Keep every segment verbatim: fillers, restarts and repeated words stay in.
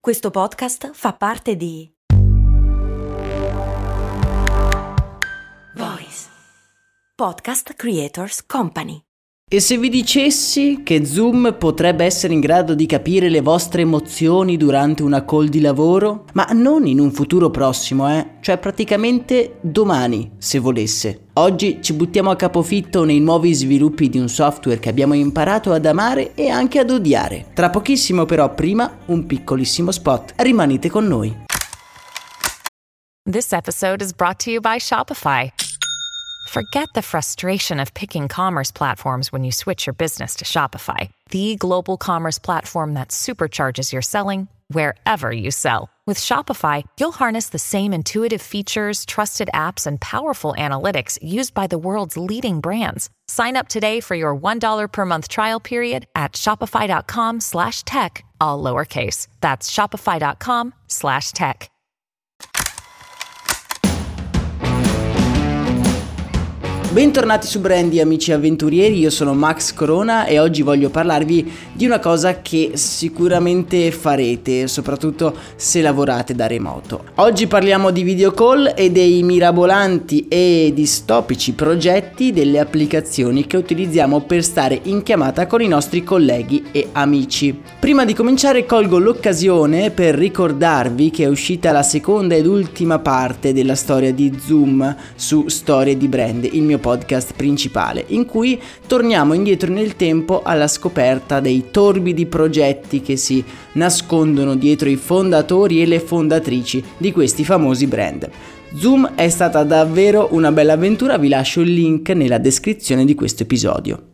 Questo podcast fa parte di Voice Podcast Creators Company. E se vi dicessi che Zoom potrebbe essere in grado di capire le vostre emozioni durante una call di lavoro? Ma non in un futuro prossimo, eh? Cioè praticamente domani, se volesse. Oggi ci buttiamo a capofitto nei nuovi sviluppi di un software che abbiamo imparato ad amare e anche ad odiare. Tra pochissimo però, prima, un piccolissimo spot. Rimanete con noi. This episode is brought to you by Shopify. Forget the frustration of picking commerce platforms when you switch your business to Shopify, the global commerce platform that supercharges your selling wherever you sell. With Shopify, you'll harness the same intuitive features, trusted apps, and powerful analytics used by the world's leading brands. Sign up today for your one dollar per month trial period at shopify.com slash tech, all lowercase. That's shopify.com slash tech. Bentornati su Brandy, amici avventurieri, io sono Max Corona e oggi voglio parlarvi di una cosa che sicuramente farete, soprattutto se lavorate da remoto. Oggi parliamo di video call e dei mirabolanti e distopici progetti delle applicazioni che utilizziamo per stare in chiamata con i nostri colleghi e amici. Prima di cominciare colgo l'occasione per ricordarvi che è uscita la seconda ed ultima parte della storia di Zoom su Storie di Brand, il mio podcast principale, in cui torniamo indietro nel tempo alla scoperta dei torbidi progetti che si nascondono dietro i fondatori e le fondatrici di questi famosi brand. Zoom è stata davvero una bella avventura, vi lascio il link nella descrizione di questo episodio.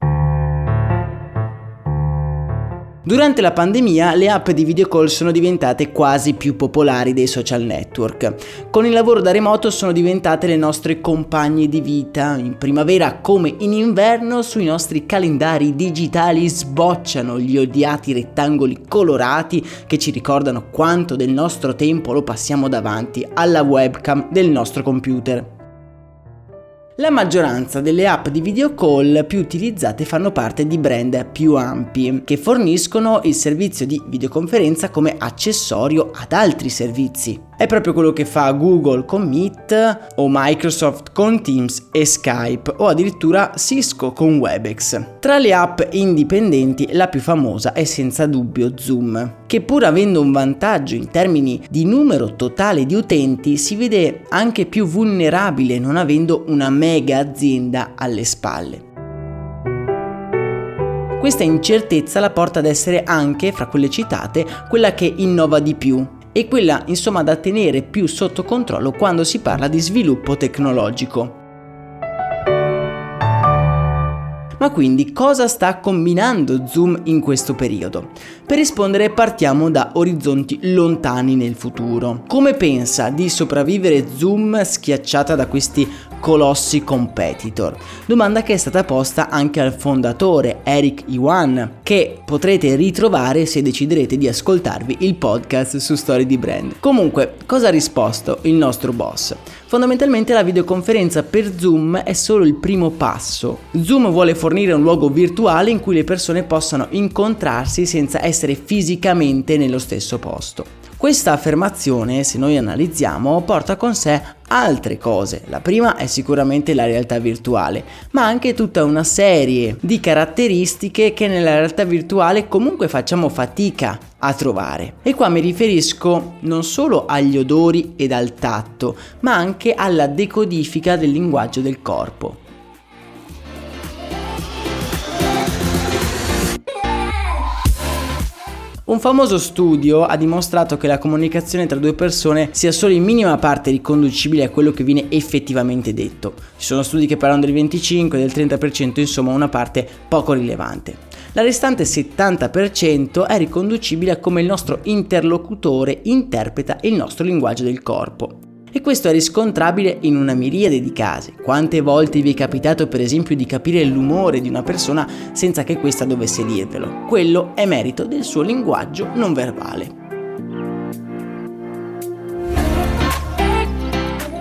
Durante la pandemia le app di video call sono diventate quasi più popolari dei social network. Con il lavoro da remoto sono diventate le nostre compagne di vita. In primavera come in inverno sui nostri calendari digitali sbocciano gli odiati rettangoli colorati che ci ricordano quanto del nostro tempo lo passiamo davanti alla webcam del nostro computer. La maggioranza delle app di video call più utilizzate fanno parte di brand più ampi, che forniscono il servizio di videoconferenza come accessorio ad altri servizi. È proprio quello che fa Google con Meet o Microsoft con Teams e Skype o addirittura Cisco con Webex. Tra le app indipendenti la più famosa è senza dubbio Zoom, che pur avendo un vantaggio in termini di numero totale di utenti si vede anche più vulnerabile non avendo una mega azienda alle spalle. Questa incertezza la porta ad essere anche, fra quelle citate, quella che innova di più e quella insomma da tenere più sotto controllo quando si parla di sviluppo tecnologico. Ma quindi cosa sta combinando Zoom in questo periodo? Per rispondere partiamo da orizzonti lontani nel futuro. Come pensa di sopravvivere Zoom schiacciata da questi colossi competitor? Domanda che è stata posta anche al fondatore Eric Yuan, che potrete ritrovare se deciderete di ascoltarvi il podcast su Storie di Brand. Comunque, cosa ha risposto il nostro boss? Fondamentalmente la videoconferenza per Zoom è solo il primo passo. Zoom vuole fornire un luogo virtuale in cui le persone possano incontrarsi senza essere fisicamente nello stesso posto. Questa affermazione, se noi analizziamo, porta con sé altre cose. La prima è sicuramente la realtà virtuale, ma anche tutta una serie di caratteristiche che nella realtà virtuale comunque facciamo fatica a trovare. E qua mi riferisco non solo agli odori ed al tatto, ma anche alla decodifica del linguaggio del corpo. Un famoso studio ha dimostrato che la comunicazione tra due persone sia solo in minima parte riconducibile a quello che viene effettivamente detto. Ci sono studi che parlano del venticinque, del trenta per cento, insomma una parte poco rilevante. La restante settanta per cento è riconducibile a come il nostro interlocutore interpreta il nostro linguaggio del corpo. E questo è riscontrabile in una miriade di casi. Quante volte vi è capitato per esempio di capire l'umore di una persona senza che questa dovesse dirvelo? Quello è merito del suo linguaggio non verbale.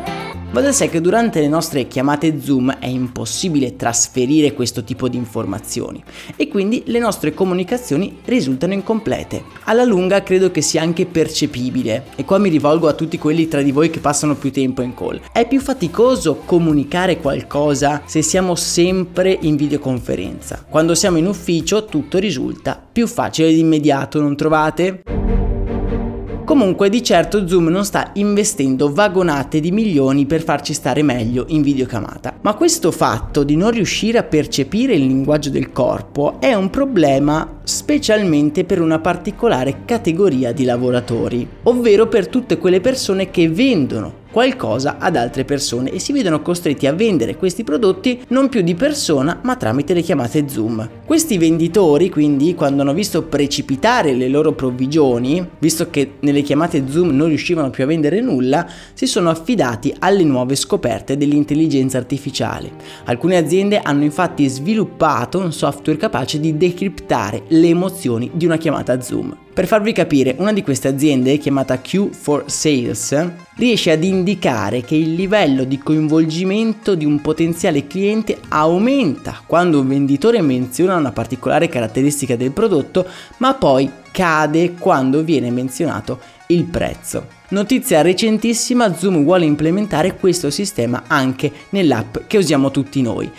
Va da sé che durante le nostre chiamate Zoom è impossibile trasferire questo tipo di informazioni e quindi le nostre comunicazioni risultano incomplete. Alla lunga credo che sia anche percepibile, e qua mi rivolgo a tutti quelli tra di voi che passano più tempo in call. È più faticoso comunicare qualcosa se siamo sempre in videoconferenza. Quando siamo in ufficio tutto risulta più facile di immediato, non trovate? Comunque di certo Zoom non sta investendo vagonate di milioni per farci stare meglio in videochiamata, ma questo fatto di non riuscire a percepire il linguaggio del corpo è un problema specialmente per una particolare categoria di lavoratori, ovvero per tutte quelle persone che vendono qualcosa ad altre persone e si vedono costretti a vendere questi prodotti non più di persona ma tramite le chiamate Zoom. Questi venditori quindi, quando hanno visto precipitare le loro provvigioni, visto che nelle chiamate Zoom non riuscivano più a vendere nulla, si sono affidati alle nuove scoperte dell'intelligenza artificiale. Alcune aziende hanno infatti sviluppato un software capace di decriptare le emozioni di una chiamata Zoom. Per farvi capire, una di queste aziende, chiamata Q for Sales, riesce ad indicare che il livello di coinvolgimento di un potenziale cliente aumenta quando un venditore menziona una particolare caratteristica del prodotto, ma poi cade quando viene menzionato il prezzo. Notizia recentissima: Zoom vuole implementare questo sistema anche nell'app che usiamo tutti noi,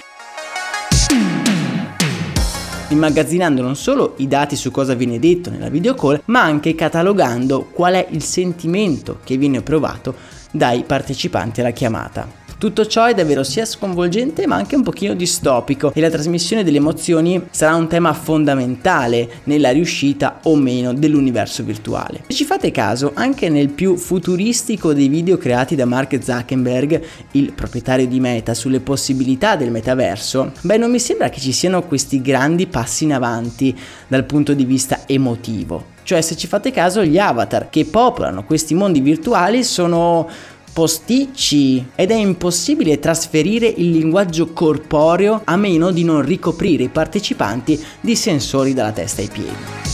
immagazzinando non solo i dati su cosa viene detto nella video call, ma anche catalogando qual è il sentimento che viene provato dai partecipanti alla chiamata. Tutto ciò è davvero sia sconvolgente ma anche un pochino distopico, e la trasmissione delle emozioni sarà un tema fondamentale nella riuscita o meno dell'universo virtuale. Se ci fate caso, anche nel più futuristico dei video creati da Mark Zuckerberg, il proprietario di Meta, sulle possibilità del metaverso, beh, non mi sembra che ci siano questi grandi passi in avanti dal punto di vista emotivo. Cioè, se ci fate caso, gli avatar che popolano questi mondi virtuali sono posticci ed è impossibile trasferire il linguaggio corporeo a meno di non ricoprire i partecipanti di sensori dalla testa ai piedi.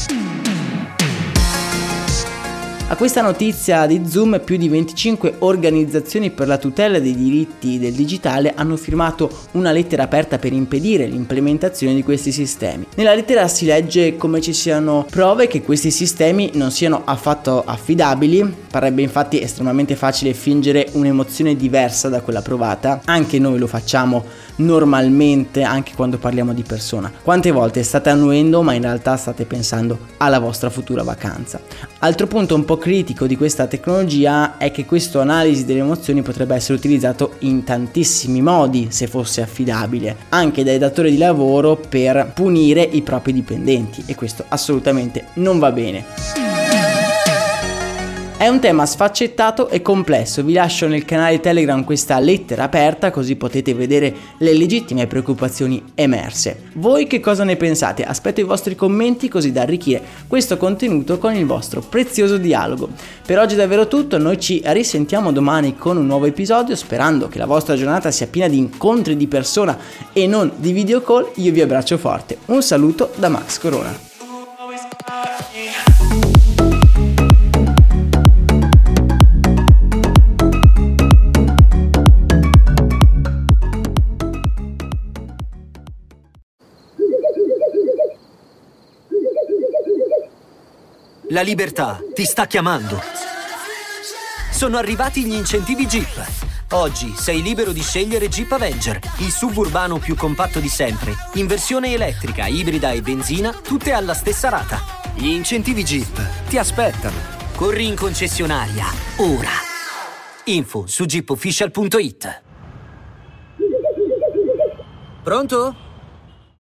A questa notizia di Zoom, più di venticinque organizzazioni per la tutela dei diritti del digitale hanno firmato una lettera aperta per impedire l'implementazione di questi sistemi. Nella lettera si legge come ci siano prove che questi sistemi non siano affatto affidabili. Parebbe infatti estremamente facile fingere un'emozione diversa da quella provata. Anche noi lo facciamo normalmente, anche quando parliamo di persona. Quante volte state annuendo ma in realtà state pensando alla vostra futura vacanza? Altro punto un po' critico di questa tecnologia è che questo analisi delle emozioni potrebbe essere utilizzato in tantissimi modi se fosse affidabile, anche dai datori di lavoro per punire i propri dipendenti, e questo assolutamente non va bene. È un tema sfaccettato e complesso. Vi lascio nel canale Telegram questa lettera aperta, così potete vedere le legittime preoccupazioni emerse. Voi che cosa ne pensate? Aspetto i vostri commenti così da arricchire questo contenuto con il vostro prezioso dialogo. Per oggi è davvero tutto, noi ci risentiamo domani con un nuovo episodio, sperando che la vostra giornata sia piena di incontri di persona e non di video call. Io vi abbraccio forte. Un saluto da Max Corona. La libertà ti sta chiamando. Sono arrivati gli incentivi Jeep. Oggi sei libero di scegliere Jeep Avenger, il suburbano più compatto di sempre, in versione elettrica, ibrida e benzina, tutte alla stessa rata. Gli incentivi Jeep ti aspettano. Corri in concessionaria, ora. Info su jeep official punto it. Pronto?